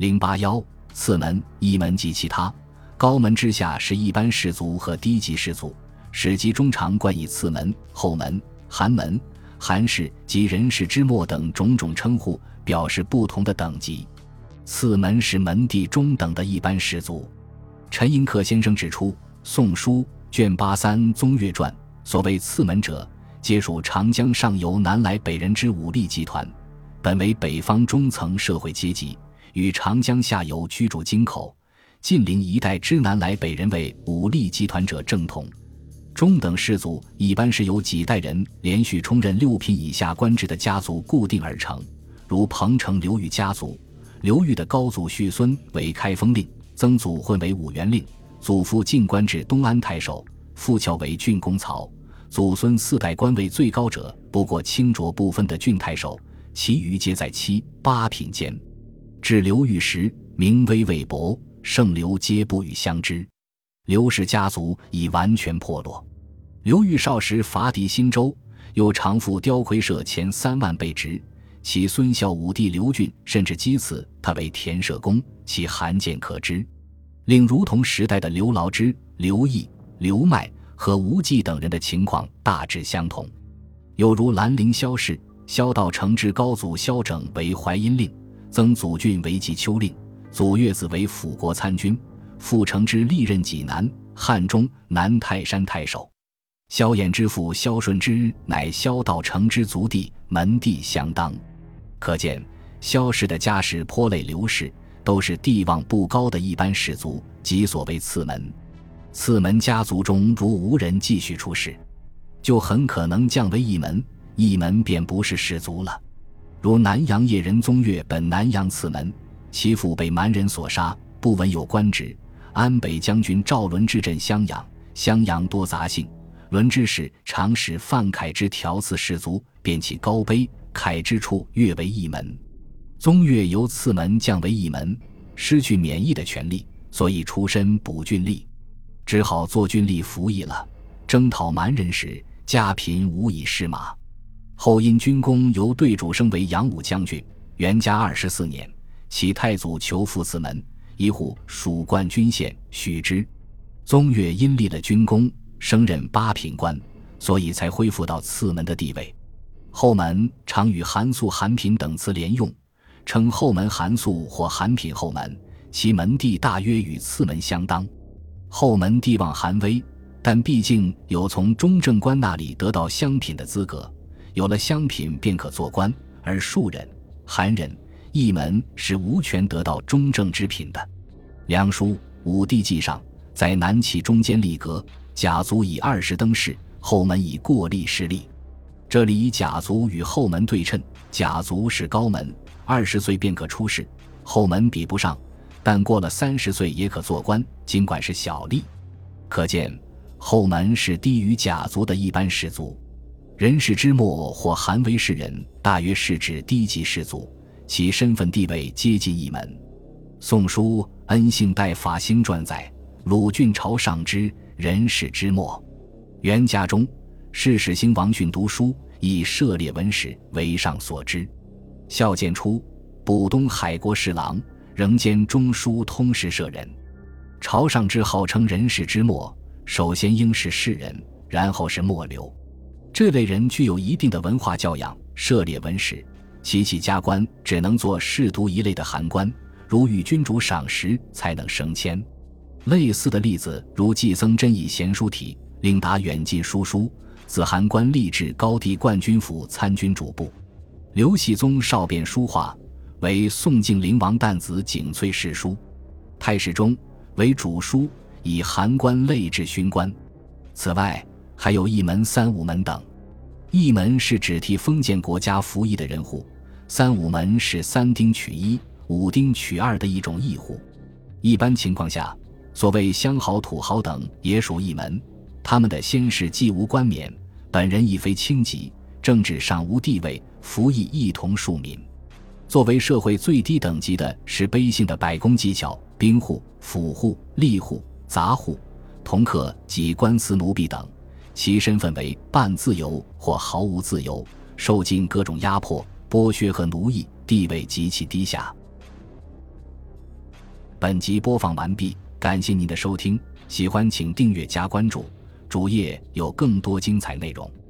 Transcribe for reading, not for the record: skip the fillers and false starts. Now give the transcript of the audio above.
081次门、一门及其他。高门之下是一般士族和低级士族，史籍中常冠以次门、后门、寒门、寒士及人士之末等种种称呼，表示不同的等级。次门是门第中等的一般士族。陈寅恪先生指出，《宋书》卷83《宗岳传》所谓次门者，皆属长江上游南来北人之武力集团，本为北方中层社会阶级，与长江下游居住京口、晋陵一带之南来北人为武力集团者正统。中等士族一般是由几代人连续充任6品以下官职的家族固定而成，如彭城刘裕家族，刘裕的高祖续孙为开封令，曾祖混为武元令，祖父进官至东安太守，父翘为郡公曹，祖孙4代官位最高者不过清浊部分的郡太守，其余皆在7、8品间。至刘裕时，名威未薄，圣刘皆不与相知。刘氏家族已完全破落。刘裕少时伐敌新州，又常赴雕魁社前3万备职，其孙孝武帝刘俊甚至讥刺他为田舍公，其罕见可知。令如同时代的刘牢之、刘毅、刘迈和吴忌等人的情况大致相同。又如兰陵萧氏，萧道成之高祖萧整为淮阴令，曾祖俊为济丘令，祖岳子为辅国参军，父成之历任济南、汉中、南泰山太守。萧衍之父萧顺之乃萧道成之族弟，门第相当。可见萧氏的家世颇类刘氏，都是地望不高的一般士族，即所谓次门。次门家族中如无人继续出世，就很可能降为一门，一门便不是士族了。如南阳叶人宗岳本南阳次门，其父被蛮人所杀，不闻有官职。安北将军赵伦之镇襄阳，襄阳多杂姓，伦之氏常使范凯之调次士族，便其高卑，凯之处跃为一门。宗岳由次门降为一门，失去免役的权利，所以出身补郡吏，只好做郡吏服役了。征讨蛮人时，家贫无以适马，后因军功由队主升为扬武将军。元嘉24年，其太祖求复次门，一户属冠军县，许之。宗岳因立了军功，升任8品官，所以才恢复到次门的地位。后门常与韩素、韩品等词连用，称后门韩素或韩品后门，其门第大约与次门相当。后门地望韩威，但毕竟有从中正官那里得到乡品的资格，有了乡品便可做官，而庶人、韩人、一门是无权得到中正之品的。梁书《武帝纪》上，在南齐中间立阁，甲族以20登仕，后门以过历势立。这里以甲族与后门对称，甲族是高门，20岁便可出仕，后门比不上，但过了30岁也可做官，尽管是小吏。可见后门是低于甲族的一般士族。人世之末或韩为士人，大约是指低级士族，其身份地位接近一门。宋书恩信代法兴传载，鲁郡朝上之人世之末。元嘉中，世始兴王训读书，以涉猎文史为上所知。孝建初，补东海国侍郎，仍兼中书通事舍人。朝上之号称人世之末，首先应是士人，然后是末流。这类人具有一定的文化教养，涉猎文史，其加官只能做士读一类的函官，如与君主赏识才能升迁。类似的例子如季僧真以贤书体，令达远近书书，子函官立至高第冠军府参军主簿。刘熙宗少变书画，为宋敬陵王旦子景翠侍书。太史中为主书，以函官类至勋官。此外还有一门、三五门等。一门是指替封建国家服役的人户，三五门是3丁取1、5丁取2的一种役户。一般情况下，所谓乡豪、土豪等也属一门，他们的先世既无冠冕，本人亦非卿级，政治上无地位，服役一同庶民。作为社会最低等级的是卑姓的百工技巧、兵户、府户、吏户、杂户、同客及官司奴婢等，其身份为半自由或毫无自由，受尽各种压迫、剥削和奴役，地位极其低下。 本集播放完毕，感谢您的收听，喜欢请订阅加关注，主页有更多精彩内容。